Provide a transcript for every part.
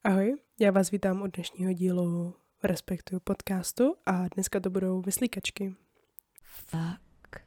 Ahoj, já vás vítám od dnešního dílu Respektuju podcastu a dneska to budou vyslíkačky. Fuck.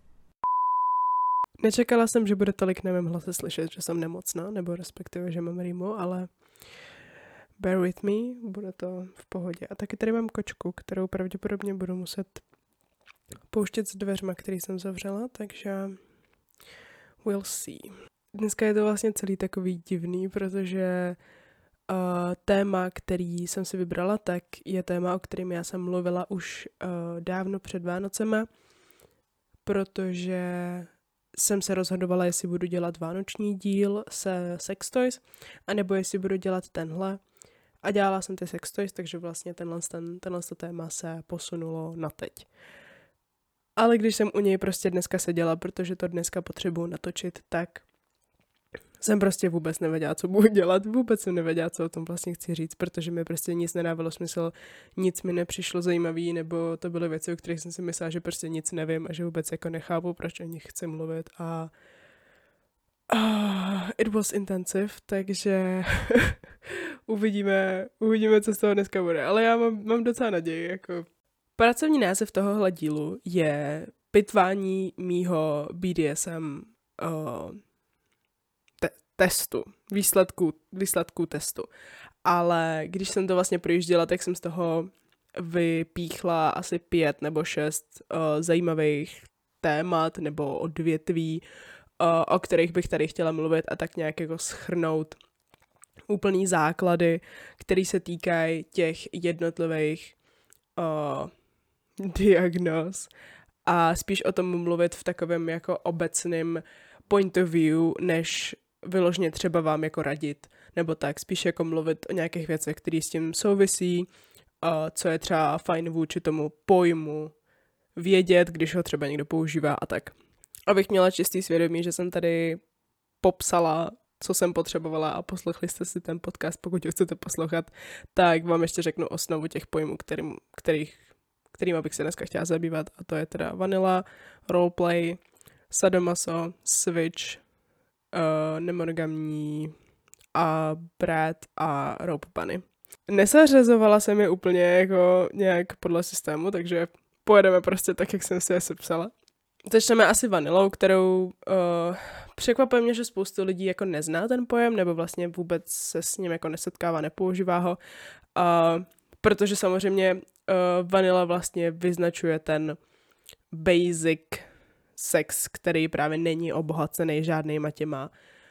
Nečekala jsem, že bude tolik na mém hlase slyšet, že jsem nemocná, nebo respektive, že mám rýmu, ale bear with me, bude to v pohodě. A taky tady mám kočku, kterou pravděpodobně budu muset pouštět s dveřma, který jsem zavřela, takže we'll see. Dneska je to vlastně celý takový divný, protože téma, který jsem si vybrala, tak je téma, o kterém já jsem mluvila už dávno před Vánocema, protože jsem se rozhodovala, jestli budu dělat vánoční díl se Sex Toys, anebo jestli budu dělat tenhle. A dělala jsem ty Sex Toys, takže vlastně tenhle téma se posunulo na teď. Ale když jsem u něj prostě dneska seděla, protože to dneska potřebuji natočit, tak jsem prostě vůbec nevěděla, co budu dělat, vůbec jsem nevěděla, co o tom vlastně chci říct, protože mi prostě nic nedávalo smysl, nic mi nepřišlo zajímavý, nebo to byly věci, o kterých jsem si myslela, že prostě nic nevím a že vůbec jako nechápu, proč o nich chci mluvit a it was intensive, takže uvidíme, co z toho dneska bude, ale já mám docela naději, jako. Pracovní název tohohle dílu je pitvání mýho BDSM testu, výsledků testu. Ale když jsem to vlastně projížděla, tak jsem z toho vypíchla asi 5 nebo 6 zajímavých témat nebo odvětví, o kterých bych tady chtěla mluvit a tak nějak jako shrnout úplný základy, které se týkají těch jednotlivých diagnóz a spíš o tom mluvit v takovém jako obecném point of view, než vyložně třeba vám jako radit, nebo tak, spíš jako mluvit o nějakých věcech, které s tím souvisí, co je třeba fajn vůči tomu pojmu vědět, když ho třeba někdo používá a tak. Abych měla čistý svědomí, že jsem tady popsala, co jsem potřebovala a poslechli jste si ten podcast, pokud ho chcete poslouchat, tak vám ještě řeknu osnovu těch pojmů, kterým bych se dneska chtěla zabývat, a to je teda vanilla, roleplay, sadomaso, switch, nemonogamní a brat a rope bunny. Nezařazovala jsem je úplně jako nějak podle systému, takže pojedeme prostě tak, jak jsem si je sepsala. Začneme asi vanilou, kterou překvapuje mě, že spoustu lidí jako nezná ten pojem, nebo vlastně vůbec se s ním jako nesetkává, nepoužívá ho, protože samozřejmě vanila vlastně vyznačuje ten basic sex, který právě není obohacený žádnýma těma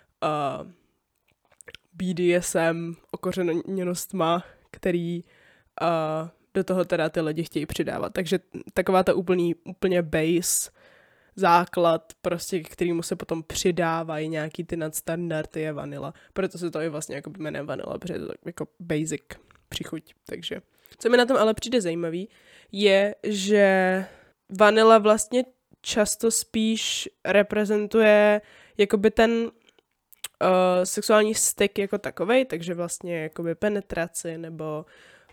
BDSM okořeněnostma, který do toho teda ty lidi chtějí přidávat. Takže taková ta úplně base základ, prostě k kterému se potom přidávají nějaký ty nadstandardy je vanila. Proto se to i vlastně jako jmenuje vanila, protože je to tak jako basic příchuť. Takže co mi na tom ale přijde zajímavý, je, že vanila vlastně často spíš reprezentuje jakoby ten sexuální styk jako takovej, takže vlastně jakoby penetraci nebo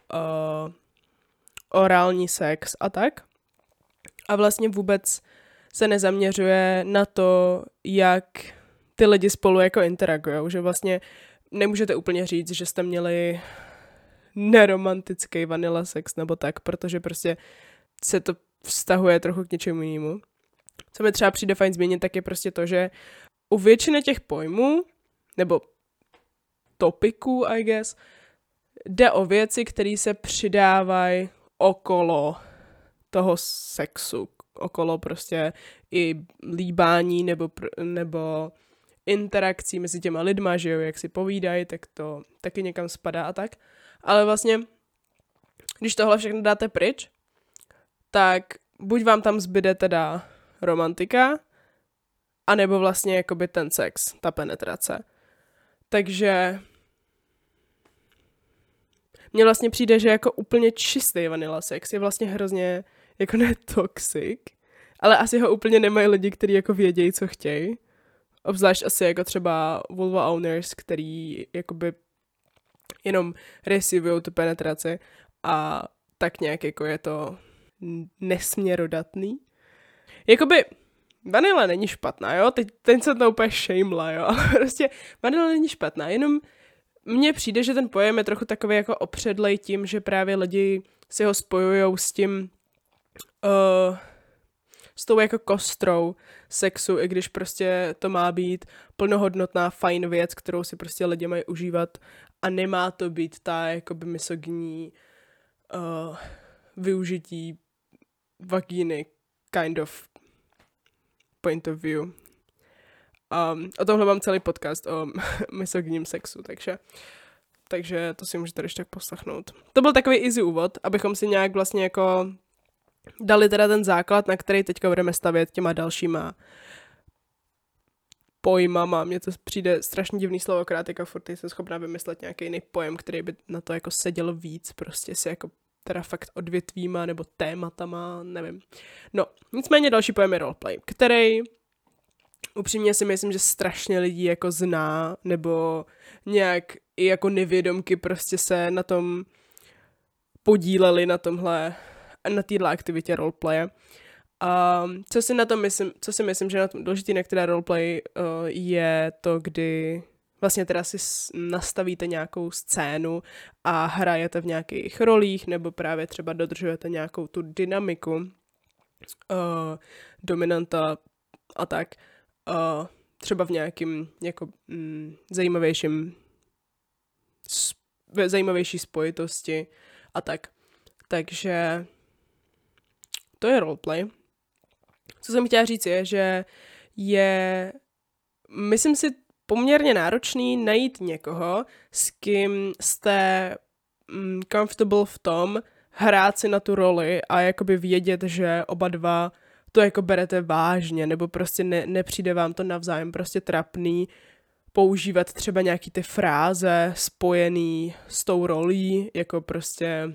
orální sex a tak. A vlastně vůbec se nezaměřuje na to, jak ty lidi spolu jako interagujou, že vlastně nemůžete úplně říct, že jste měli neromantický vanilla sex nebo tak, protože prostě se to vztahuje trochu k něčemu jinému. Co mi třeba přijde fajn změnit, tak je prostě to, že u většiny těch pojmů, nebo topiků, I guess, jde o věci, které se přidávají okolo toho sexu, okolo prostě i líbání nebo interakcí mezi těma lidma, že jo, jak si povídají, tak to taky někam spadá a tak. Ale vlastně, když tohle všechno dáte pryč, tak buď vám tam zbyde teda romantika, anebo vlastně jakoby ten sex, ta penetrace. Takže mně vlastně přijde, že jako úplně čistý vanilla sex je vlastně hrozně jako netoxic, ale asi ho úplně nemají lidi, kteří jako vědějí, co chtějí. Obzvlášť asi jako třeba vulva owners, který jakoby jenom receivujou tu penetraci a tak nějak jako je to nesměrodatný. Jakoby vanila není špatná, jo? Teď jsem to úplně šejmla, jo? Ale prostě vanila není špatná, jenom mně přijde, že ten pojem je trochu takový jako opředlej tím, že právě lidi si ho spojujou s tím, s tou jako kostrou sexu, i když prostě to má být plnohodnotná, fajn věc, kterou si prostě lidi mají užívat a nemá to být ta jakoby misogynní využití vagíny kind of point of view. O tomhle mám celý podcast o misogynním sexu, takže to si můžete ještě tak poslechnout. To byl takový easy úvod, abychom si nějak vlastně jako dali teda ten základ, na který teďka budeme stavět těma dalšíma pojmama. Mně to přijde strašně divný slovo, akorát teďka furt jsem schopná vymyslet nějaký jiný pojem, který by na to jako seděl víc, prostě si jako teda fakt odvětvíma nebo tématama, nevím. No, nicméně další pojem je roleplay, který upřímně si myslím, že strašně lidí jako zná, nebo nějak i jako nevědomky prostě se na tom podíleli na této aktivitě roleplaye. Co si myslím, že na tom důležitý některé roleplay je to, kdy vlastně teda si nastavíte nějakou scénu a hrajete v nějakých rolích, nebo právě třeba dodržujete nějakou tu dynamiku dominanta a tak. Třeba v nějakým jako zajímavější spojitosti a tak. Takže to je roleplay. Co jsem chtěla říct je, že je, myslím si, poměrně náročný najít někoho, s kým jste comfortable v tom hrát si na tu roli a jakoby vědět, že oba dva to jako berete vážně, nebo prostě nepřijde vám to navzájem prostě trapný používat třeba nějaký ty fráze spojený s tou rolí, jako prostě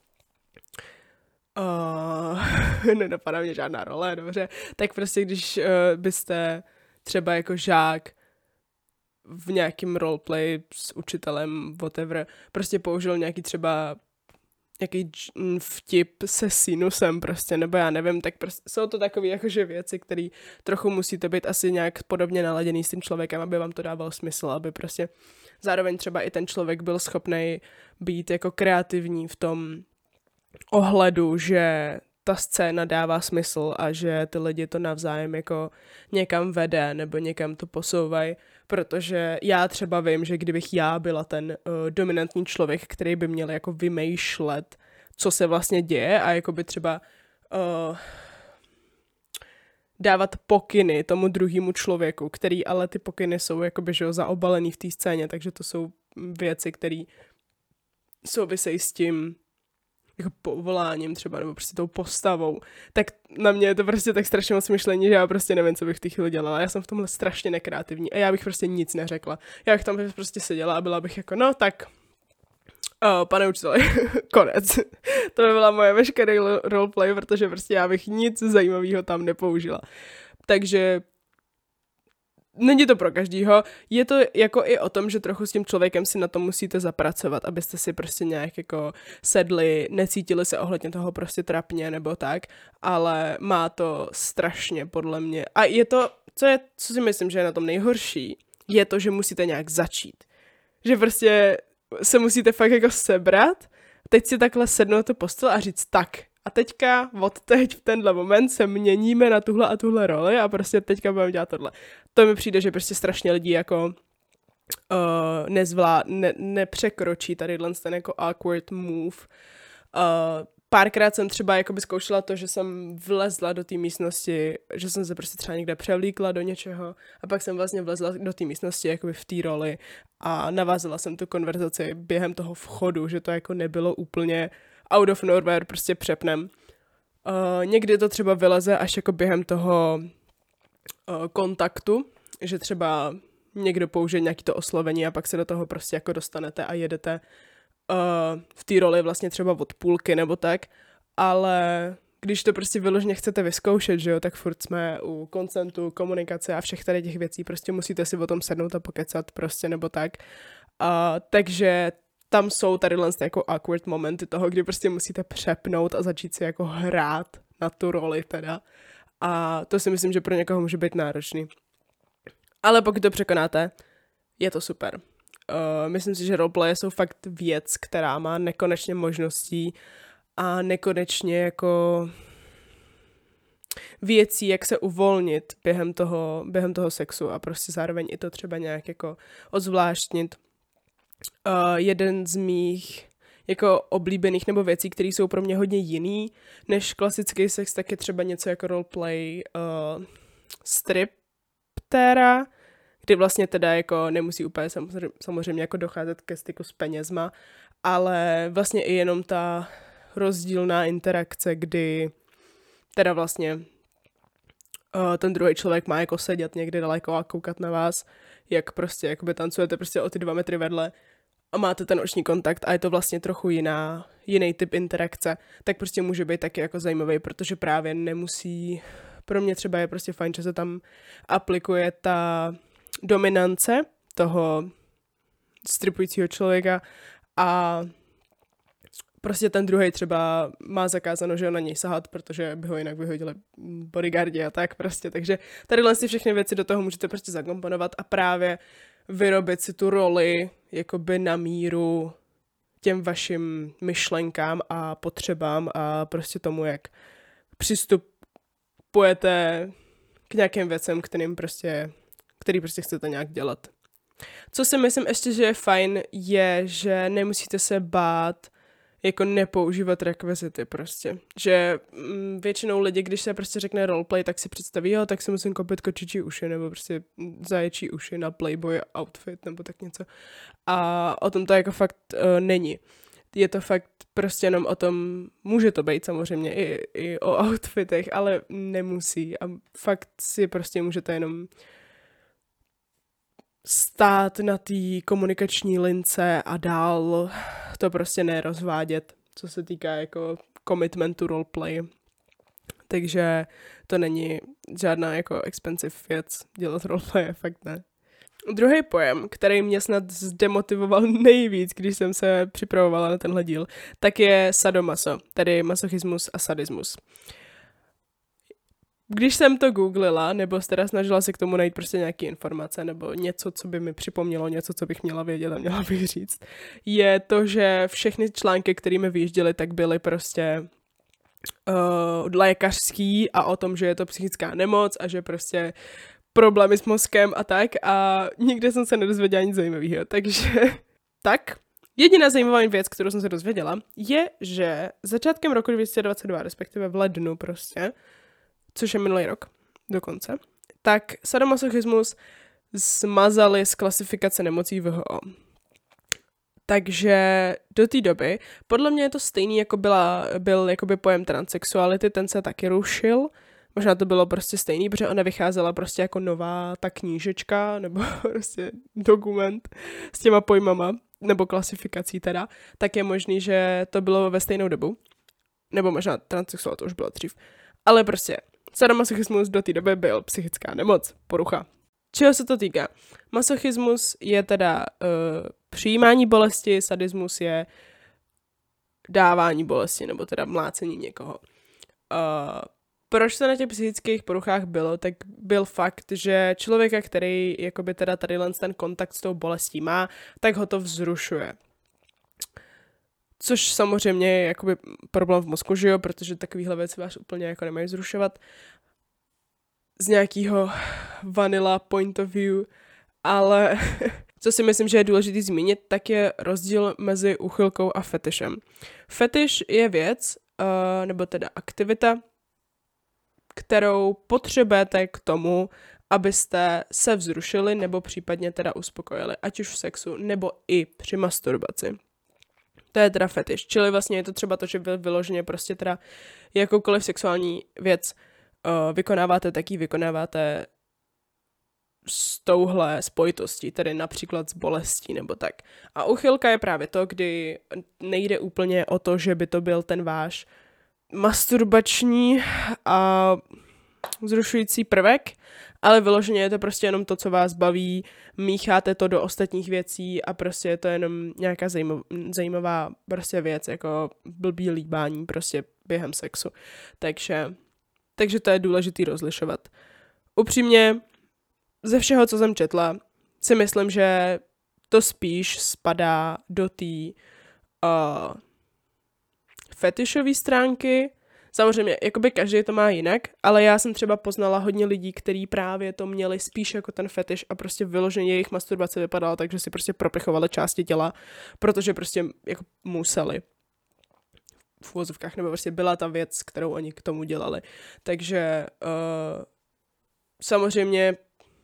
nenapadá mě žádná role, dobře, tak prostě když byste třeba jako žák v nějakým roleplay s učitelem, whatever, prostě použil nějaký třeba nějaký vtip se sinusem prostě, nebo já nevím, tak prostě jsou to takové jakože věci, které trochu musíte být asi nějak podobně naladěný s tím člověkem, aby vám to dávalo smysl, aby prostě zároveň třeba i ten člověk byl schopný být jako kreativní v tom ohledu, že ta scéna dává smysl a že ty lidi to navzájem jako někam vede nebo někam to posouvají, protože já třeba vím, že kdybych já byla ten dominantní člověk, který by měl jako vymýšlet, co se vlastně děje a jako by třeba dávat pokyny tomu druhému člověku, který ale ty pokyny jsou jakoby, že zaobalený v té scéně, takže to jsou věci, které souvisejí s tím jako povoláním třeba, nebo prostě tou postavou, tak na mě je to prostě tak strašně moc myšlení, že já prostě nevím, co bych v té chvíli dělala. Já jsem v tomhle strašně nekreativní a já bych prostě nic neřekla. Já bych tam prostě seděla a byla bych jako, no tak, pane učiteli, konec. To by byla moje veškerý roleplay, protože prostě já bych nic zajímavého tam nepoužila. Takže není to pro každýho, je to jako i o tom, že trochu s tím člověkem si na to musíte zapracovat, abyste si prostě nějak jako sedli, necítili se ohledně toho prostě trapně nebo tak, ale má to strašně podle mě. A je to, co si myslím, že je na tom nejhorší, je to, že musíte nějak začít. Že prostě se musíte fakt jako sebrat, teď si takhle sednout na tu postel a říct tak. A teďka, od teď v tenhle moment se měníme na tuhle a tuhle roli a prostě teďka budeme dělat tohle. To mi přijde, že prostě strašně lidí jako nepřekročí tady ten jako awkward move. Párkrát jsem třeba jakoby zkoušela to, že jsem vlezla do té místnosti, že jsem se prostě třeba někde převlíkla do něčeho a pak jsem vlastně vlezla do té místnosti jakoby v té roli a navázala jsem tu konverzaci během toho vchodu, že to jako nebylo úplně out of nowhere, prostě přepnem. Někdy to třeba vyleze až jako během toho kontaktu, že třeba někdo použije nějaký to oslovení a pak se do toho prostě jako dostanete a jedete v té roli vlastně třeba od půlky nebo tak, ale když to prostě vyloženě chcete vyzkoušet, že jo, tak furt jsme u konsentu, komunikace a všech tady těch věcí, prostě musíte si o tom sednout a pokecat prostě nebo tak. Takže tam jsou tady jako awkward momenty toho, kdy prostě musíte přepnout a začít si jako hrát na tu roli teda. A to si myslím, že pro někoho může být náročný. Ale pokud to překonáte, je to super. Myslím si, že roleplaye jsou fakt věc, která má nekonečně možností a nekonečně jako věcí, jak se uvolnit během toho sexu a prostě zároveň i to třeba nějak jako odzvláštnit. Jeden z mých jako oblíbených nebo věcí, které jsou pro mě hodně jiný než klasický sex, tak je třeba něco jako roleplay striptéra, kdy vlastně teda jako nemusí úplně samozřejmě jako docházet ke styku s penězma, ale vlastně i jenom ta rozdílná interakce, kdy teda vlastně ten druhý člověk má jako sedět někde daleko a koukat na vás, jak prostě jakoby tancujete prostě o ty 2 metry vedle a máte ten oční kontakt a je to vlastně trochu jiný typ interakce, tak prostě může být taky jako zajímavý, protože právě nemusí, pro mě třeba je prostě fajn, že se tam aplikuje ta dominance toho stripujícího člověka a prostě ten druhej třeba má zakázáno, že ho na něj sahat, protože by ho jinak vyhodili bodyguardi a tak prostě. Takže tady si všechny věci do toho můžete prostě zakomponovat a právě vyrobit si tu roli jakoby na míru těm vašim myšlenkám a potřebám a prostě tomu, jak přistupujete k nějakým věcem, který prostě chcete nějak dělat. Co si myslím ještě, že je fajn, je, že nemusíte se bát jako nepoužívat rekvizity prostě. Že většinou lidi, když se prostě řekne roleplay, tak si představí, jo, tak si musím koupit kočičí uši nebo prostě zaječí uši na Playboy outfit nebo tak něco. A o tom to jako fakt není. Je to fakt prostě jenom o tom, může to být samozřejmě i o outfitech, ale nemusí. A fakt si prostě můžete jenom stát na té komunikační lince a dál to prostě nerozvádět, co se týká jako commitmentu roleplay. Takže to není žádná jako expensive věc dělat roleplay, fakt ne. Druhý pojem, který mě snad zdemotivoval nejvíc, když jsem se připravovala na tenhle díl, tak je sadomaso, tedy masochismus a sadismus. Když jsem to googlila, nebo teda snažila se k tomu najít prostě nějaké informace, nebo něco, co by mi připomnělo, něco, co bych měla vědět a měla bych říct, je to, že všechny články, kterými vyjížděly, tak byly prostě lékařský a o tom, že je to psychická nemoc a že prostě problémy s mozkem a tak a nikde jsem se nedozvěděla nic zajímavého, takže tak. Jediná zajímavá věc, kterou jsem se dozvěděla, je, že začátkem roku 2022, respektive v lednu prostě, což je minulý rok dokonce, tak sadomasochismus smazali z klasifikace nemocí WHO. Takže do té doby, podle mě je to stejný, jako byl jakoby pojem transsexuality, ten se taky rušil. Možná to bylo prostě stejný, protože ona vycházela prostě jako nová ta knížečka, nebo prostě dokument s těma pojmama, nebo klasifikací teda, tak je možný, že to bylo ve stejnou dobu. Nebo možná transsexualita to už bylo dřív. Ale prostě sadomasochismus do té doby byl psychická nemoc, porucha. Čeho se to týká? Masochismus je teda přijímání bolesti, sadismus je dávání bolesti, nebo teda mlácení někoho. Proč to na těch psychických poruchách bylo, tak byl fakt, že člověka, který jakoby teda tady ten kontakt s tou bolestí má, tak ho to vzrušuje. Což samozřejmě je jakoby problém v mozku, že jo, protože takovýhle věci vás úplně jako nemají vzrušovat z nějakého vanilla point of view, ale co si myslím, že je důležité zmínit, tak je rozdíl mezi úchylkou a fetišem. Fetiš je věc, nebo teda aktivita, kterou potřebujete k tomu, abyste se vzrušili nebo případně teda uspokojili, ať už v sexu nebo i při masturbaci. To je teda fetiš, čili vlastně je to třeba to, že vy vyloženě prostě teda jakoukoliv sexuální věc vykonáváte, tak ji vykonáváte s touhle spojitostí, tedy například s bolestí nebo tak. A uchylka je právě to, kdy nejde úplně o to, že by to byl ten váš masturbační a vzrušující prvek, ale vyloženě je to prostě jenom to, co vás baví, mícháte to do ostatních věcí a prostě je to jenom nějaká zajímavá prostě věc, jako blbý líbání prostě během sexu. Takže to je důležitý rozlišovat. Upřímně, ze všeho, co jsem četla, si myslím, že to spíš spadá do té fetišové stránky. Samozřejmě, jakoby každý to má jinak, ale já jsem třeba poznala hodně lidí, kteří právě to měli spíš jako ten fetiš a prostě vyloženě jejich masturbace vypadala tak, že si prostě propichovali části těla, protože prostě jako museli v uvozovkách, nebo prostě byla ta věc, kterou oni k tomu dělali. Takže samozřejmě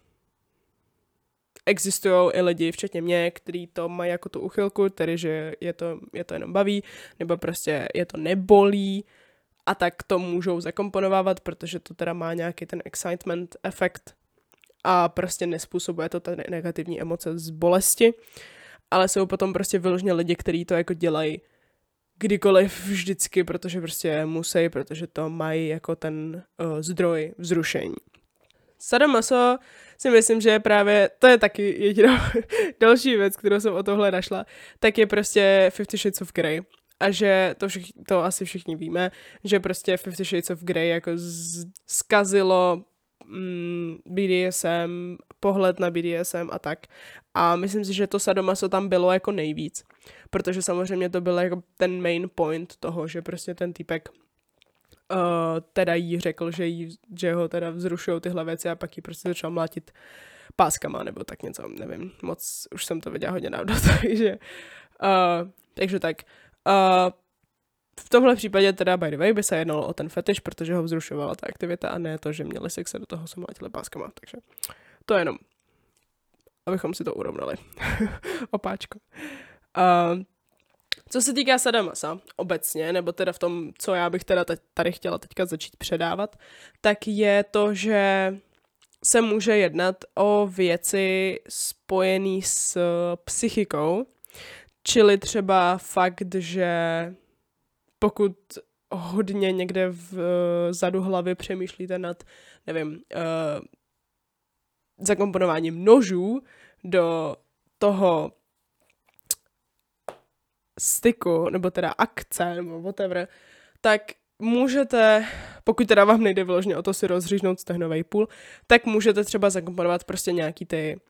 existují i lidi, včetně mě, kteří to mají jako tu uchylku, tedy že je to jenom baví, nebo prostě je to nebolí a tak to můžou zakomponovávat, protože to teda má nějaký ten excitement efekt a prostě nespůsobuje to ty negativní emoce z bolesti, ale jsou potom prostě vyloženě lidi, kteří to jako dělají kdykoliv, vždycky, protože prostě musí, protože to mají jako ten zdroj vzrušení. Sadomaso si myslím, že právě, to je taky jediná další věc, kterou jsem o tohle našla, tak je prostě 50 Shades of Grey. A že to asi všichni víme, že prostě 50 Shades of Grey jako zkazilo BDSM, pohled na BDSM a tak. A myslím si, že to sadomaso tam bylo jako nejvíc. Protože samozřejmě to byl jako ten main point toho, že prostě ten týpek teda jí řekl, že ho teda vzrušujou tyhle věci a pak jí prostě začal mlátit páskama nebo tak něco, nevím, moc už jsem to viděla hodně dávno, takže tak. V tomhle případě teda by the way by se jednalo o ten fetiš, protože ho vzrušovala ta aktivita a ne to, že měli sex a do toho se mlátili páskama, takže to jenom, abychom si to urovnali. Opáčko. Co se týká sadomasa obecně, nebo teda v tom, co já bych teda tady chtěla teďka začít předávat, tak je to, že se může jednat o věci spojené s psychikou, čili třeba fakt, že pokud hodně někde vzadu hlavy přemýšlíte nad, nevím, zakomponováním nožů do toho styku, nebo teda akce, nebo whatever, tak můžete, pokud teda vám nejde vyloženě o to si rozříznout stehnovej půl, tak můžete třeba zakomponovat prostě nějaký ty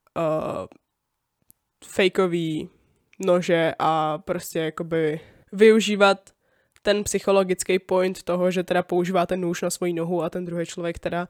fakeový nože a prostě jakoby využívat ten psychologický point toho, že teda používáte nůž na svoji nohu a ten druhý člověk teda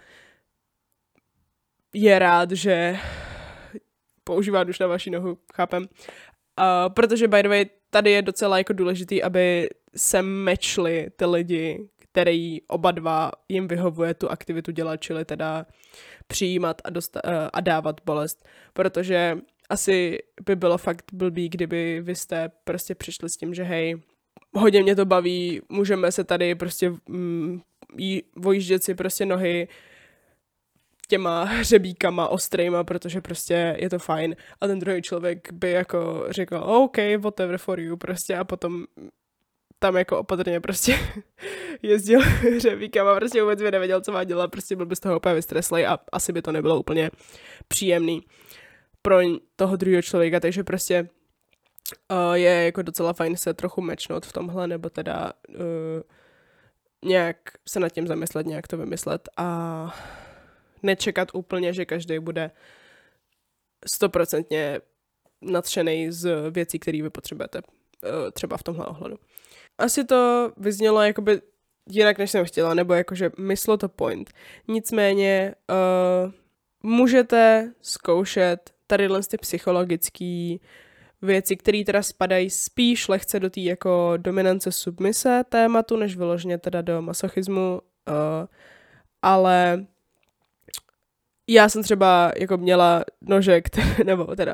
je rád, že používá nůž na vaši nohu, chápem. Protože by the way, tady je docela jako důležitý, aby se matchli ty lidi, který oba dva jim vyhovuje tu aktivitu dělat, čili teda přijímat a dávat bolest. Protože asi by bylo fakt blbý, kdyby vy jste prostě přišli s tím, že hej, hodně mě to baví, můžeme se tady prostě vojíždět si prostě nohy těma hřebíkama ostrýma, protože prostě je to fajn. A ten druhý člověk by jako řekl, OK, whatever for you, prostě a potom tam jako opatrně prostě jezdil hřebíkama, prostě vůbec by nevěděl, co má dělat, prostě byl by z toho úplně vystreslej a asi by to nebylo úplně příjemný pro toho druhého člověka, takže prostě je jako docela fajn se trochu matchnout v tomhle, nebo teda nějak se nad tím zamyslet, nějak to vymyslet a nečekat úplně, že každý bude 100% nadšený z věcí, které vy potřebujete třeba v tomhle ohledu. Asi to vyznělo jakoby jinak, než jsem chtěla, nebo jakože myslo to point. Nicméně můžete zkoušet tady ty psychologické věci, které teda spadají spíš lehce do té jako dominance submise tématu, než vyloženě teda do masochismu, ale já jsem třeba jako měla nože, nebo teda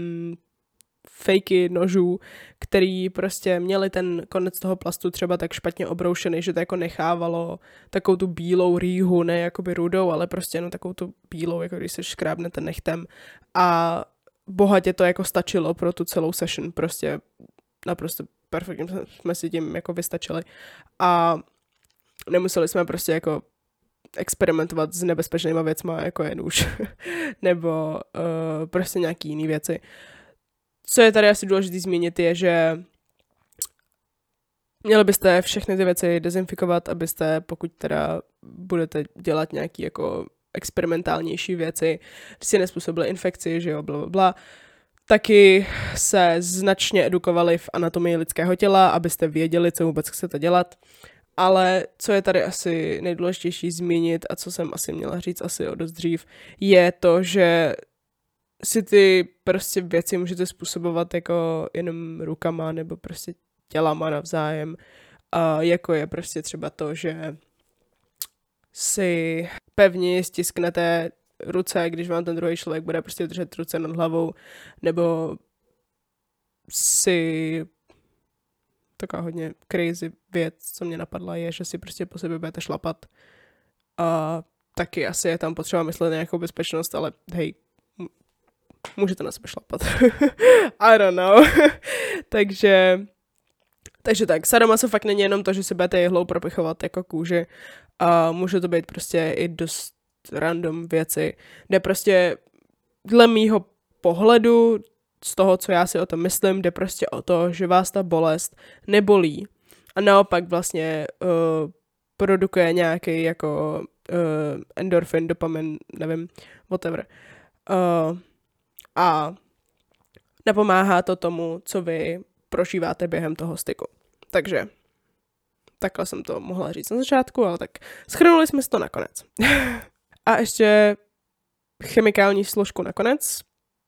fejky nožů, který prostě měli ten konec toho plastu třeba tak špatně obroušený, že to jako nechávalo takovou tu bílou rýhu, ne jakoby rudou, ale prostě jenom takovou tu bílou, jako když se škrábnete nechtem a bohatě to jako stačilo pro tu celou session, prostě naprosto perfektně jsme si tím jako vystačili a nemuseli jsme prostě jako experimentovat s nebezpečnýma věcma, jako je nůž, nebo prostě nějaký jiný věci. Co je tady asi důležité zmínit je, že měli byste všechny ty věci dezinfikovat, abyste, pokud teda budete dělat nějaký jako experimentálnější věci, si nespůsobili infekci, že jo, blablabla, taky se značně edukovali v anatomii lidského těla, abyste věděli, co vůbec chcete dělat. Ale co je tady asi nejdůležitější zmínit a co jsem asi měla říct asi o dost dřív, je to, že si ty prostě věci můžete způsobovat jako jenom rukama nebo prostě tělama navzájem. A jako je prostě třeba to, že si pevně stisknete ruce, když vám ten druhý člověk bude prostě držet ruce nad hlavou, nebo si taková hodně crazy věc, co mě napadla, je, že si prostě po sobě budete šlapat. A taky asi je tam potřeba myslet na nějakou bezpečnost, ale hej, můžete na sebe šlapat. I don't know. takže tak, sadomaso fakt není jenom to, že si budete jehlou propichovat jako kůži. A může to být prostě i dost random věci, kde prostě dle mýho pohledu, z toho, co já si o tom myslím, jde prostě o to, že vás ta bolest nebolí. A naopak vlastně produkuje nějaký jako endorfin, dopamin, nevím, whatever. A napomáhá to tomu, co vy prožíváte během toho styku. Takže takhle jsem to mohla říct na začátku, ale tak shrnuli jsme si to nakonec. A ještě chemikální složku nakonec.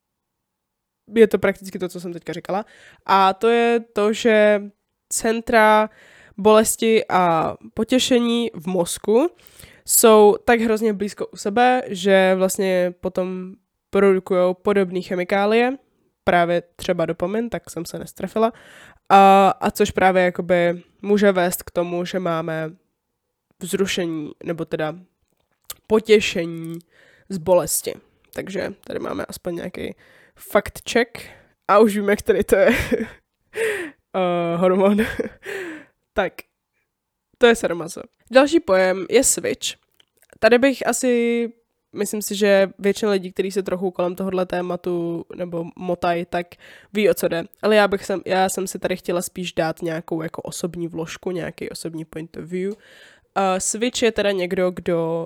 Je to prakticky to, co jsem teďka říkala. A to je to, že centra bolesti a potěšení v mozku jsou tak hrozně blízko u sebe, že vlastně potom produkují podobné chemikálie, právě třeba dopamin, tak jsem se nestrefila, a což právě jakoby může vést k tomu, že máme vzrušení, nebo teda potěšení z bolesti. Takže tady máme aspoň nějaký fact check a už víme, který to je hormon. Tak, to je sadomaso. Další pojem je switch. Tady bych asi, myslím si, že většina lidí, kteří se trochu kolem tohohle tématu nebo motají, tak ví, o co jde. Ale já jsem si tady chtěla spíš dát nějakou jako osobní vložku, nějaký osobní point of view. Switch je teda někdo, kdo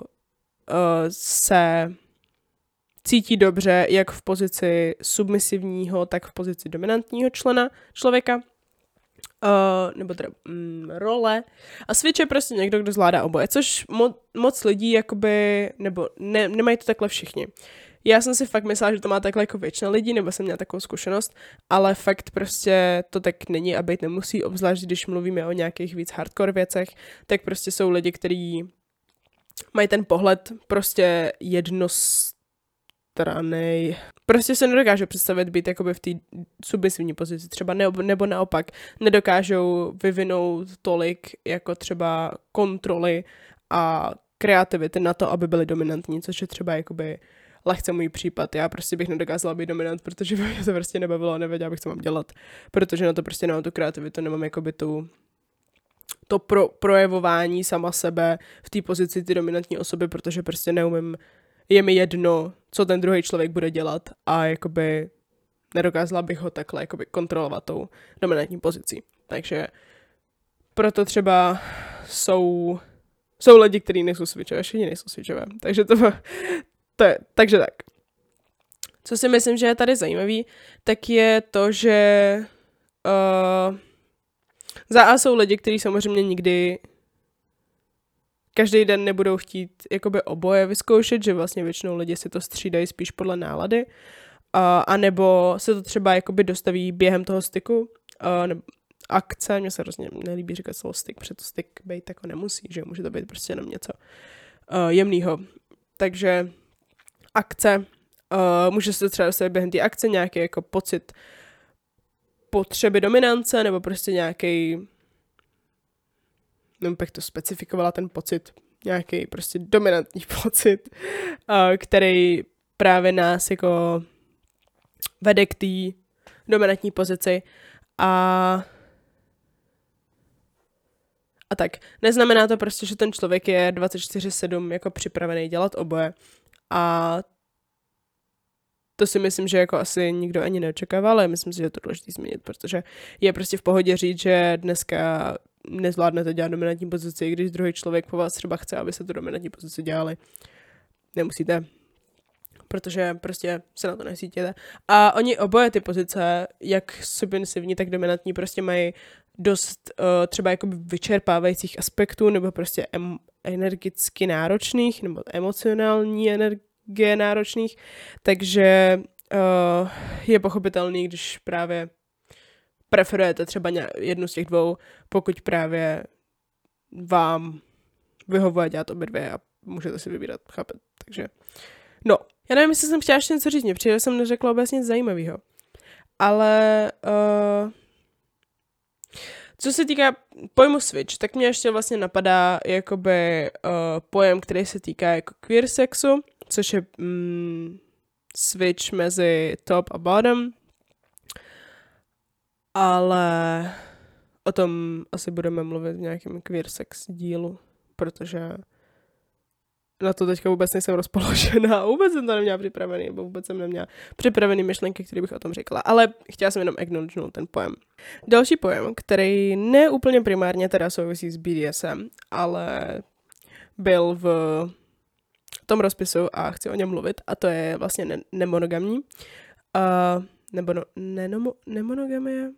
se cítí dobře jak v pozici submisivního, tak v pozici dominantního člena člověka, nebo teda role. A switch je prostě někdo, kdo zvládá oboje, což moc lidí jakoby, nebo nemají to takhle všichni. Já jsem si fakt myslela, že to má takhle jako většina lidí, nebo jsem měla takovou zkušenost, ale fakt prostě to tak není a být nemusí, obzvlášť když mluvíme o nějakých víc hardcore věcech, tak prostě jsou lidi, kteří mají ten pohled prostě jednostranný. Prostě se nedokážou představit být jakoby v té submisivní pozici třeba, nebo naopak nedokážou vyvinout tolik jako třeba kontroly a kreativity na to, aby byli dominantní, což je třeba jakoby lehce můj případ. Já prostě bych nedokázala být dominant, protože by mě to prostě nebavilo a nevěděla bych, co mám dělat, protože na to prostě nemám tu kreativitu, nemám jakoby to projevování sama sebe v té pozici ty dominantní osoby, protože prostě neumím, je mi jedno, co ten druhý člověk bude dělat a jakoby nedokázala bych ho takhle jakoby kontrolovat tou dominantní pozicí. Takže proto třeba jsou lidi, kteří nejsou switchové, všichni nejsou switchové. Takže takže tak. Co si myslím, že je tady zajímavý, tak je to, že za A jsou lidi, kteří samozřejmě nikdy každý den nebudou chtít jakoby oboje vyzkoušet, že vlastně většinou lidi si to střídají spíš podle nálady, a nebo se to třeba jakoby dostaví během toho styku, nebo akce, mně se hrozně nelíbí říkat slovo styk, protože to styk být jako nemusí, že může to být prostě jenom něco jemného. Takže akce, může se třeba dostavit během té akce nějaký jako pocit potřeby dominance, nebo prostě nějaký, nevím, jak to specifikovala ten pocit, nějaký prostě dominantní pocit, který právě nás jako vede k té dominantní pozici a tak. Neznamená to prostě, že ten člověk je 24/7 jako připravený dělat oboje a to si myslím, že jako asi nikdo ani neočekával, ale myslím si, že je to důležité změnit, protože je prostě v pohodě říct, že dneska nezvládnete dělat dominantní pozici, když druhý člověk po vás třeba chce, aby se tu dominantní pozici dělali. Nemusíte. protože prostě se na to necítíte. A oni oboje ty pozice, jak submisivní, tak dominantní, prostě mají dost třeba jakoby vyčerpávajících aspektů, nebo prostě energicky náročných, nebo emocionální energie náročných, takže je pochopitelný, když právě preferujete třeba jednu z těch dvou, pokud právě vám vyhovuje dělat obě dvě a můžete si vybírat, chápete? Takže, no. Já nevím, jestli jsem chtěla ještě něco říct, mě přijde, jsem neřekla vůbec nic zajímavého. Ale co se týká pojmu switch, tak mě ještě vlastně napadá jakoby pojem, který se týká jako queer sexu, což je switch mezi top a bottom. Ale o tom asi budeme mluvit v nějakém queer sex dílu, protože na to teďka vůbec nejsem rozpoložená, vůbec jsem to neměla připravený, nebo vůbec jsem neměla připravený myšlenky, které bych o tom řekla, ale chtěla jsem jenom acknowledgenout ten pojem. Další pojem, který ne úplně primárně teda souvisí s BDSM, ale byl v tom rozpisu a chci o něm mluvit, a to je vlastně nemonogamní, nebo nemonogamie.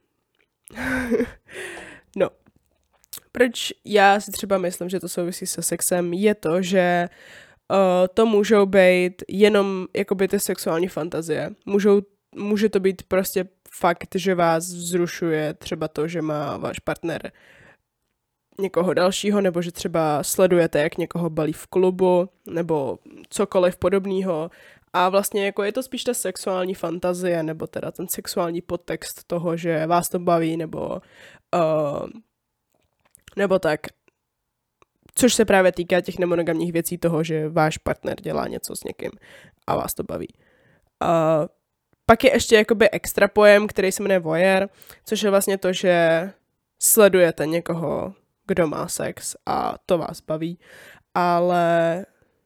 No. Proč já si třeba myslím, že to souvisí se sexem, je to, že to můžou být jenom jakoby ty sexuální fantazie. Může to být prostě fakt, že vás vzrušuje třeba to, že má váš partner někoho dalšího, nebo že třeba sledujete, jak někoho balí v klubu, nebo cokoliv podobného. A vlastně jako je to spíš ta sexuální fantazie, nebo teda ten sexuální podtext toho, že vás to baví, nebo tak. Což se právě týká těch nemonogamních věcí toho, že váš partner dělá něco s někým a vás to baví. Pak je ještě jakoby extra pojem, který se jmenuje voyeur, což je vlastně to, že sledujete někoho, kdo má sex a to vás baví, ale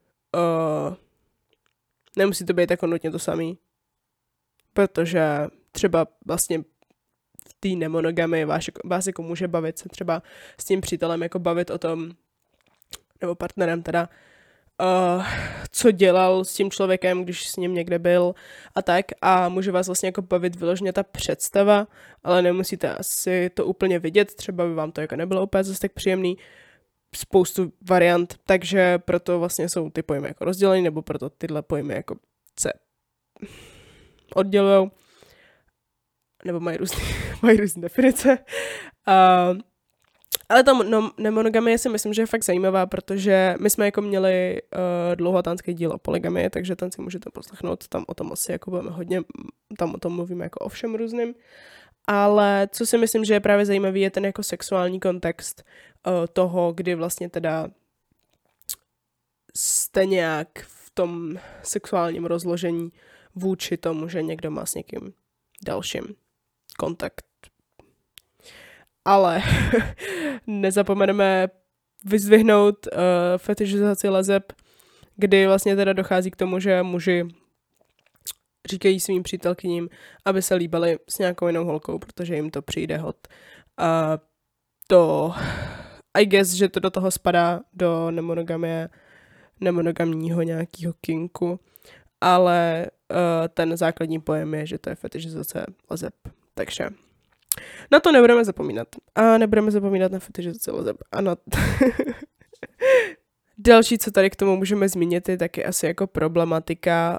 nemusí to být jako nutně to samý, protože třeba vlastně v té nemonogamy vás jako může bavit se třeba s tím přítelem jako bavit o tom, nebo partnerem teda, co dělal s tím člověkem, když s ním někde byl a tak, a může vás vlastně jako bavit vyloženě ta představa, ale nemusíte asi to úplně vidět, třeba by vám to jako nebylo úplně zase tak příjemný, spoustu variant, takže proto vlastně jsou ty pojmy jako rozdělený, nebo proto tyhle pojmy jako se oddělujou, nebo mají různé definice. Ale ta nemonogamie si myslím, že je fakt zajímavá, protože my jsme jako měli dlouhatánský díl o polygamii, takže ten si můžete poslechnout, tam o tom asi jako budeme hodně, tam o tom mluvíme jako o všem různým. Ale co si myslím, že je právě zajímavý, je ten jako sexuální kontext toho, kdy vlastně teda jste nějak v tom sexuálním rozložení vůči tomu, že někdo má s někým dalším kontakt. Ale nezapomeneme vyzdvihnout fetišizaci leseb, kdy vlastně teda dochází k tomu, že muži říkají svým přítelkyním, aby se líbali s nějakou jinou holkou, protože jim to přijde hot. A to, I guess, že to do toho spadá do nemonogamního nějakého kinku, ale ten základní pojem je, že to je fetišizace leseb. Takže na to nebudeme zapomínat. A nebudeme zapomínat na fetišizaci leseb. A na další, co tady k tomu můžeme zmínit, je taky asi jako problematika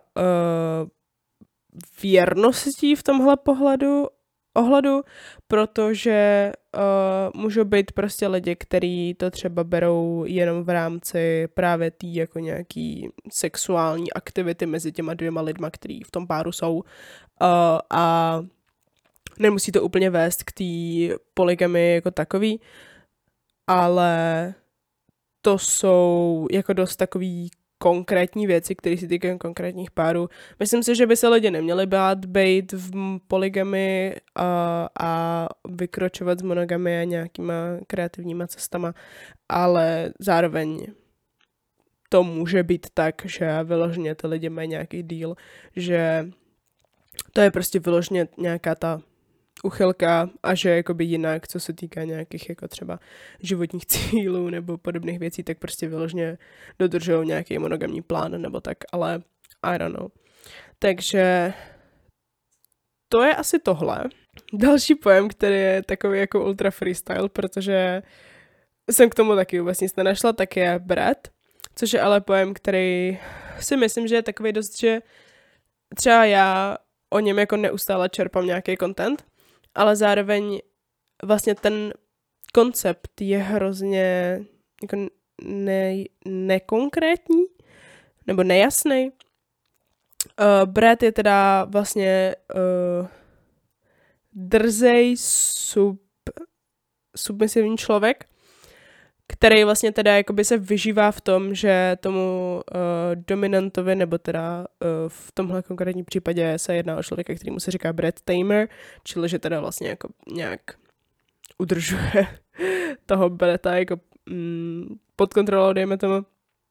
věrností v tomhle ohledu, protože můžou být prostě lidi, kteří to třeba berou jenom v rámci právě tý jako nějaký sexuální aktivity mezi těma dvěma lidma, který v tom páru jsou, a nemusí to úplně vést k té polygamy jako takový, ale to jsou jako dost takový konkrétní věci, které se týkají konkrétních párů. Myslím si, že by se lidi neměli bát být v polygamy a vykročovat z monogamie nějakýma kreativníma cestama, ale zároveň to může být tak, že vyloženě ty lidi mají nějaký deal, že to je prostě vyloženě nějaká ta uchylka a že jakoby jinak, co se týká nějakých jako třeba životních cílů nebo podobných věcí, tak prostě vyloženě dodržují nějaký monogamní plán nebo tak, ale I don't know. Takže to je asi tohle. Další pojem, který je takový jako ultra freestyle, protože jsem k tomu taky vůbec nic nenašla, tak je Brad, což je ale pojem, který si myslím, že je takový dost, že třeba já o něm jako neustále čerpám nějaký content, ale zároveň vlastně ten koncept je hrozně jako nekonkrétní nebo nejasný. Brad je teda vlastně drzej submisivní člověk, který vlastně teda jakoby se vyžívá v tom, že tomu dominantovi, nebo teda v tomhle konkrétním případě se jedná o člověka, kterýmu se říká Brad Tamer, čili že teda vlastně jako nějak udržuje toho Brata jako pod kontrolou, dejme tomu.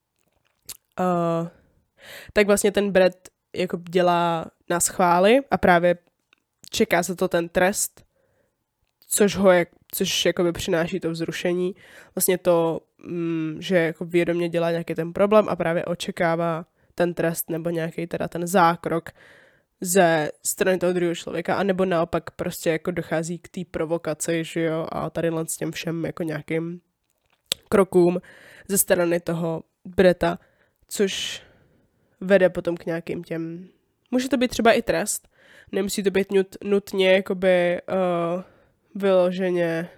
Tak vlastně ten Brad jako dělá na schvály a právě čeká se to ten trest, což jakoby přináší to vzrušení. Vlastně to, že jako vědomě dělá nějaký ten problém a právě očekává ten trest nebo nějaký teda ten zákrok ze strany toho druhého člověka, anebo naopak prostě jako dochází k té provokaci, že jo, a tady s těm všem jako nějakým krokům ze strany toho Breta, což vede potom k nějakým těm, může to být třeba i trest, nemusí to být nutně jakoby vyloženě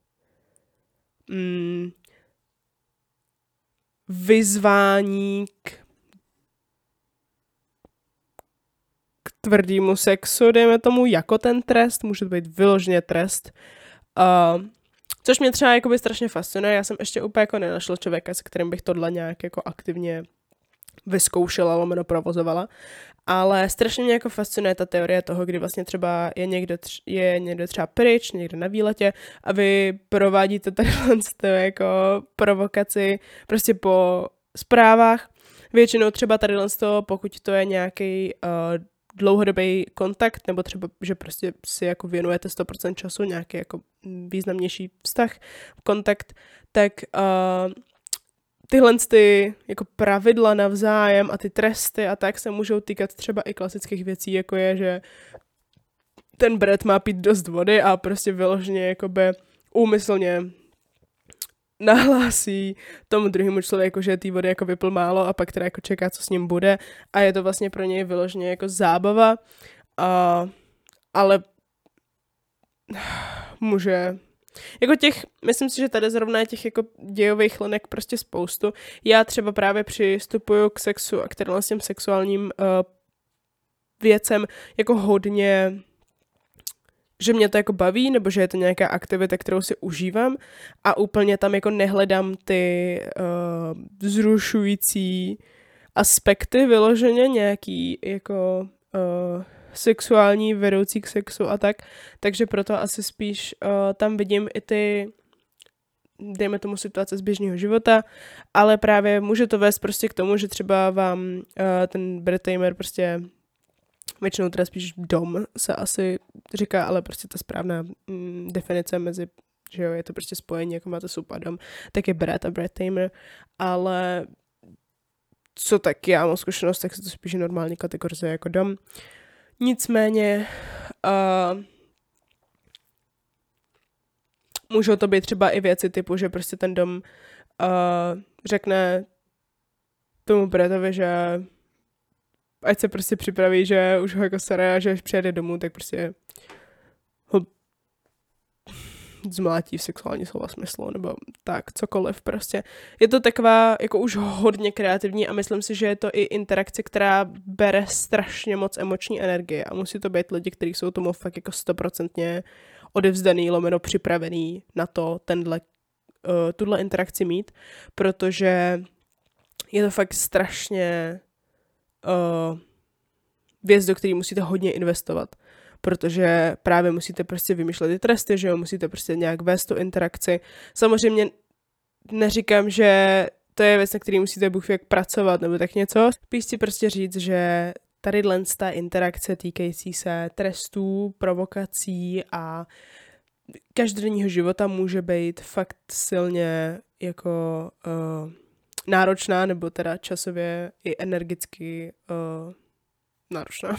vyzvání k tvrdému sexu, dejme tomu, jako ten trest, může to být vyloženě trest, což mě třeba jakoby strašně fascinuje. Já jsem ještě úplně jako nenašla člověka, se kterým bych tohle nějak jako aktivně vyzkoušela, lomeno provozovala, ale strašně mě jako fascinuje ta teorie toho, kdy vlastně třeba je někdo třeba pryč, někde na výletě a vy provádíte tady jako provokaci prostě po zprávách. Většinou třeba tady pokud to je nějaký dlouhodobý kontakt, nebo třeba, že prostě si jako věnujete 100% času, nějaký jako významnější vztah, kontakt, tak tyhle ty jako pravidla navzájem a ty tresty a tak se můžou týkat třeba i klasických věcí, jako je, že ten Brad má pít dost vody a prostě vyloženě jakoby úmyslně nahlásí tomu druhému člověku, že té vody jako vypil málo a pak teda jako čeká, co s ním bude a je to vlastně pro něj vyloženě jako zábava, ale může jako myslím si, že tady zrovna těch jako dějových linek prostě spoustu. Já třeba právě přistupuju k sexu a k těm sexuálním věcem jako hodně, že mě to jako baví, nebo že je to nějaká aktivita, kterou si užívám a úplně tam jako nehledám ty vzrušující aspekty vyloženě nějaký jako sexuální, vedoucí k sexu a tak, takže proto asi spíš tam vidím i ty, dejme tomu, situace z běžného života, ale právě může to vést prostě k tomu, že třeba vám ten Brad Tamer prostě většinou teda spíš dom se asi říká, ale prostě ta správná definice mezi, že jo, je to prostě spojení, jako máte soup a dom, tak je Brad a Brad Tamer, ale co tak já mám zkušenost, tak se to spíš normálně kategorizuje jako dom. Nicméně můžou to být třeba i věci typu, že prostě ten dom řekne tomu Bratovi, že ať se prostě připraví, že už ho jako sere a že až přijede domů, tak prostě ho zmlátí v sexuální slova smyslu, nebo tak, cokoliv prostě. Je to taková jako už hodně kreativní a myslím si, že je to i interakce, která bere strašně moc emoční energie a musí to být lidi, kteří jsou tomu fakt jako 100% odevzdaný, lomeno připravený na to tuhle interakci mít, protože je to fakt strašně věc, do které musíte hodně investovat, protože právě musíte prostě vymýšlet ty tresty, že jo, musíte prostě nějak vést tu interakci. Samozřejmě neříkám, že to je věc, na který musíte bůh jak pracovat nebo tak něco. Spíš si prostě říct, že tady ta interakce týkající se trestů, provokací a každodenního života může být fakt silně jako náročná nebo teda časově i energicky náročná.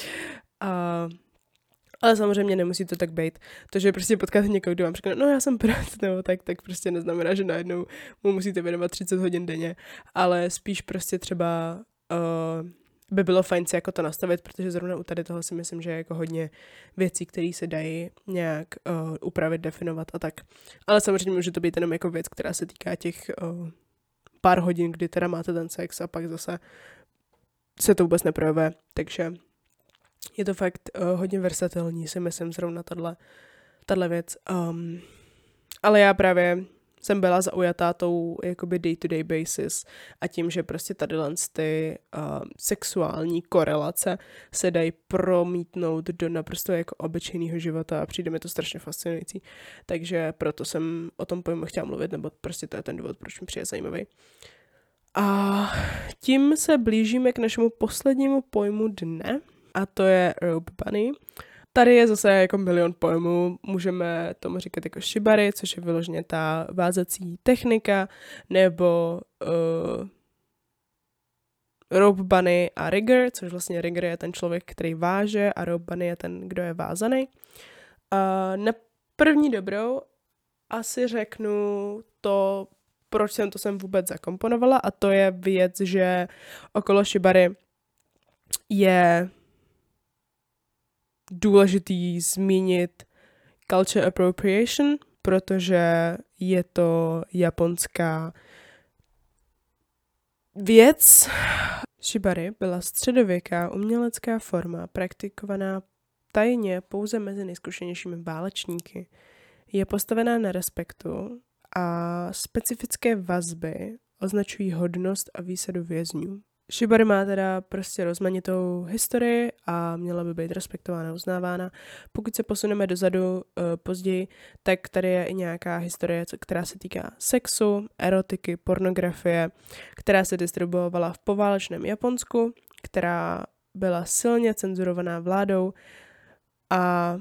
Ale samozřejmě nemusí to tak být. To, že prostě potkáte někoho, kdo vám řekne, no já jsem prác, nebo tak prostě neznamená, že najednou mu musíte věnovat 30 hodin denně, ale spíš prostě třeba by bylo fajn si jako to nastavit, protože zrovna u tady toho si myslím, že je jako hodně věcí, které se dají nějak upravit, definovat a tak. Ale samozřejmě může to být jenom jako věc, která se týká těch pár hodin, kdy teda máte ten sex a pak zase se to vůbec neprojeve, takže je to fakt hodně versatilní, si myslím, zrovna tato věc. Ale já právě jsem byla zaujatá tou jakoby day-to-day basis a tím, že prostě tady ty sexuální korelace se dají promítnout do naprosto jako obyčejného života a přijde mi to strašně fascinující. Takže proto jsem o tom pojmu chtěla mluvit, nebo prostě to je ten důvod, proč mi přijde zajímavý. A tím se blížíme k našemu poslednímu pojmu dne, a to je rope bunny. Tady je zase jako milion pojmů, můžeme tomu říkat jako shibari, což je vyloženě ta vázací technika, nebo rope bunny a rigger, což vlastně rigger je ten člověk, který váže a rope bunny je ten, kdo je vázaný. Na první dobrou asi řeknu to, proč jsem to sem vůbec zakomponovala, a to je věc, že okolo shibari je důležitý zmínit culture appropriation, protože je to japonská věc. Shibari byla středověká umělecká forma praktikovaná tajně pouze mezi nejzkušenějšími válečníky. Je postavená na respektu a specifické vazby označují hodnost a výsadu vězňů. Shibari má teda prostě rozmanitou historii a měla by být respektována, uznávána. Pokud se posuneme dozadu později, tak tady je i nějaká historie, která se týká sexu, erotiky, pornografie, která se distribuovala v poválečném Japonsku, která byla silně cenzurovaná vládou a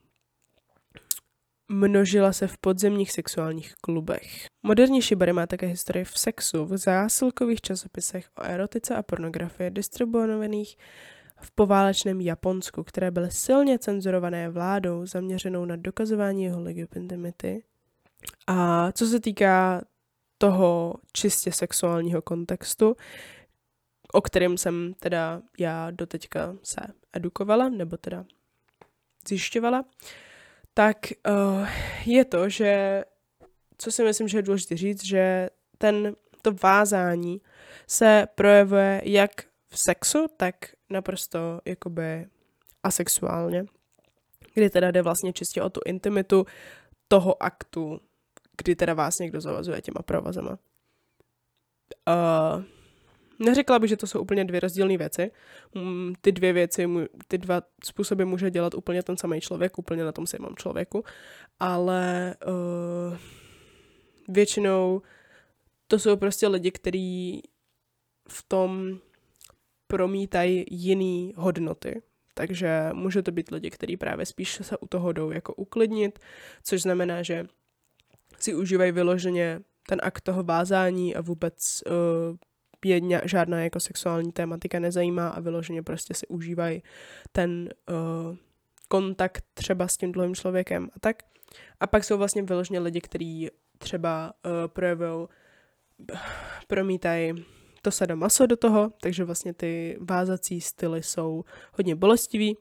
množila se v podzemních sexuálních klubech. Moderní shibari má také historii v sexu, v zásilkových časopisech o erotice a pornografii distribuovaných v poválečném Japonsku, které byly silně cenzurované vládou zaměřenou na dokazování jeho legitimity. A co se týká toho čistě sexuálního kontextu, o kterém jsem teda já doteďka se edukovala, nebo teda zjišťovala, tak je to, že, co si myslím, že je důležité říct, že to vázání se projevuje jak v sexu, tak naprosto jakoby asexuálně, kdy teda jde vlastně čistě o tu intimitu toho aktu, kdy teda vás někdo zavazuje těma provazama. Neřekla bych, že to jsou úplně dvě rozdílné věci. Ty dva způsoby může dělat úplně ten samý člověk, úplně na tom samém člověku, ale většinou to jsou prostě lidi, kteří v tom promítají jiný hodnoty. Takže může to být lidi, kteří právě spíš se u toho jdou jako uklidnit, což znamená, že si užívají vyloženě ten akt toho vázání a vůbec žádná jako sexuální tématika nezajímá a vyloženě prostě si užívají ten kontakt třeba s tím druhým člověkem a tak. A pak jsou vlastně vyloženě lidi, kteří třeba promítají to sadomaso do toho, takže vlastně ty vázací styly jsou hodně bolestivý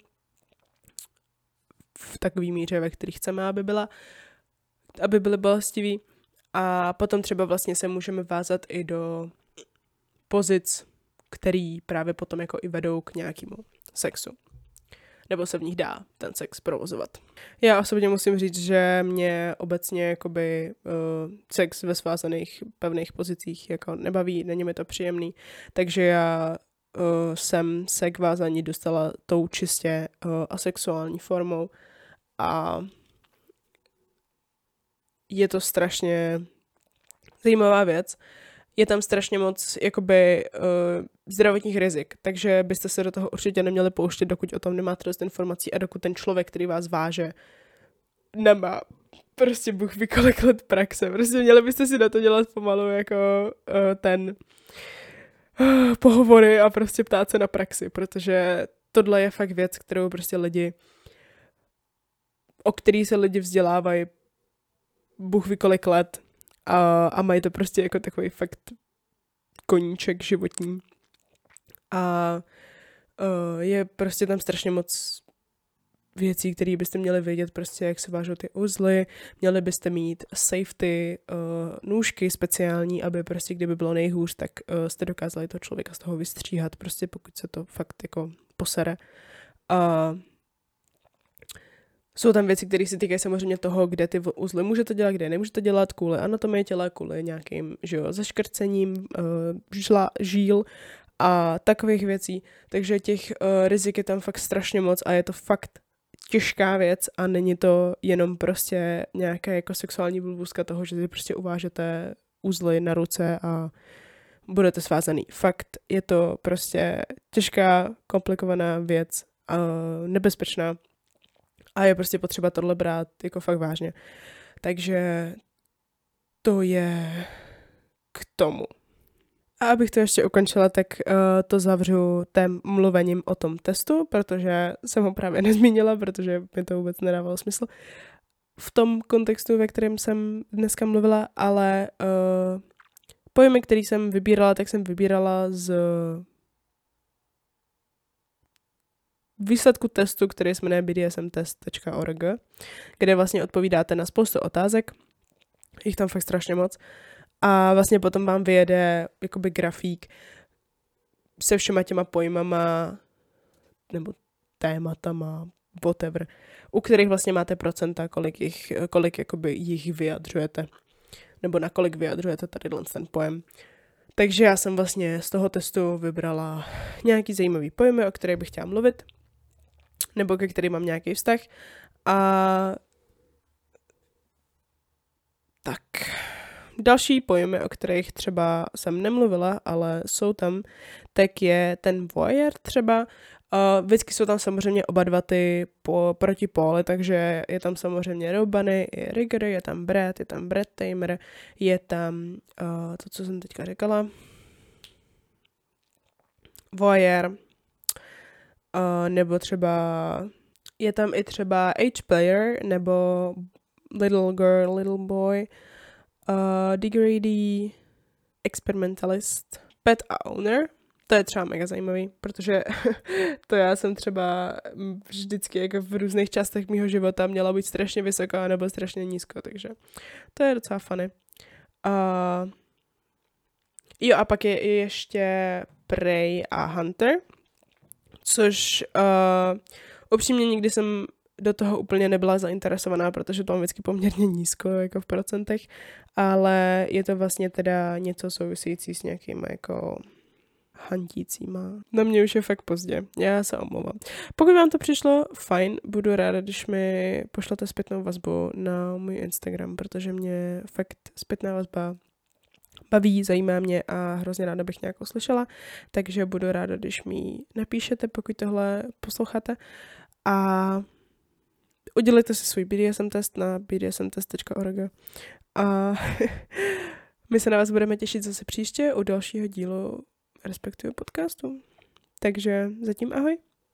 v takový míře, ve který chceme, aby byly bolestivý. A potom třeba vlastně se můžeme vázat i do pozic, který právě potom jako i vedou k nějakému sexu. Nebo se v nich dá ten sex provozovat. Já osobně musím říct, že mě obecně jakoby sex ve svázaných pevných pozicích jako nebaví, není mi to příjemný, takže já jsem se k vázání dostala tou čistě asexuální formou a je to strašně zajímavá věc. Je tam strašně moc jakoby zdravotních rizik, takže byste se do toho určitě neměli pouštět, dokud o tom nemáte dost informací a dokud ten člověk, který vás váže, nemá prostě Bůh ví kolik let praxe. Prostě měli byste si na to dělat pomalu jako pohovory a prostě ptát se na praxi, protože tohle je fakt věc, kterou prostě o který se lidi vzdělávají Bůh ví kolik let a mají to prostě jako takový fakt koníček životní. A je prostě tam strašně moc věcí, které byste měli vědět, prostě jak se vážou ty uzly, měli byste mít safety, nůžky speciální, aby prostě kdyby bylo nejhůř, tak jste dokázali toho člověka z toho vystříhat, prostě pokud se to fakt jako posere. Jsou tam věci, které se týkají samozřejmě toho, kde ty uzly můžete dělat, kde nemůžete dělat, kvůli anatomii těla, kvůli nějakým zaškrcením žíl a takových věcí. Takže těch rizik je tam fakt strašně moc a je to fakt těžká věc a není to jenom prostě nějaká jako sexuální bulvůzka toho, že si prostě uvážete uzly na ruce a budete svázaný. Fakt je to prostě těžká, komplikovaná věc a nebezpečná. A je prostě potřeba tohle brát jako fakt vážně. Takže to je k tomu. A abych to ještě ukončila, tak to zavřu tém mluvením o tom testu, protože jsem ho právě nezmínila, protože mi to vůbec nedávalo smysl. V tom kontextu, ve kterém jsem dneska mluvila, ale pojmy, který jsem vybírala, tak jsem vybírala z výsledku testu, který se jmenuje bdsmtest.org, kde vlastně odpovídáte na spoustu otázek, jich tam fakt strašně moc, a vlastně potom vám vyjede jakoby grafík se všema těma pojmama nebo tématama, whatever, u kterých vlastně máte procenta, kolik jakoby jich vyjadřujete, nebo na kolik vyjadřujete tady ten pojem. Takže já jsem vlastně z toho testu vybrala nějaký zajímavý pojmy, o kterých bych chtěla mluvit, nebo ke kterým mám nějaký vztah. A tak další pojmy, o kterých třeba jsem nemluvila, ale jsou tam, tak je ten voyeur třeba. Vždycky jsou tam samozřejmě oba dva ty protipóly, takže je tam samozřejmě Rob Bunny i Rigger, je tam Brad, je tam Brad Tamer, je tam to, co jsem teďka říkala, voyeur, nebo třeba je tam i třeba age player, nebo little girl, little boy, degree, experimentalist, pet owner. To je třeba mega zajímavý, protože to já jsem třeba vždycky jako v různých částech mýho života měla být strašně vysoká nebo strašně nízko, takže to je docela funny. Jo, a pak je ještě Prey a Hunter, což upřímně nikdy jsem do toho úplně nebyla zainteresovaná, protože to mám vždycky poměrně nízko, jako v procentech, ale je to vlastně teda něco související s nějakýma jako hantícíma. Na mě už je fakt pozdě, já se omlouvám. Pokud vám to přišlo fajn, budu ráda, když mi pošlete zpětnou vazbu na můj Instagram, protože mě fakt zpětná vazba baví, zajímá mě a hrozně ráda bych nějakou slyšela, takže budu ráda, když mi napíšete, pokud tohle posloucháte, a udělejte si svůj BDSM test na bdsmtest.org a my se na vás budeme těšit zase příště u dalšího dílu respektive podcastu. Takže zatím ahoj.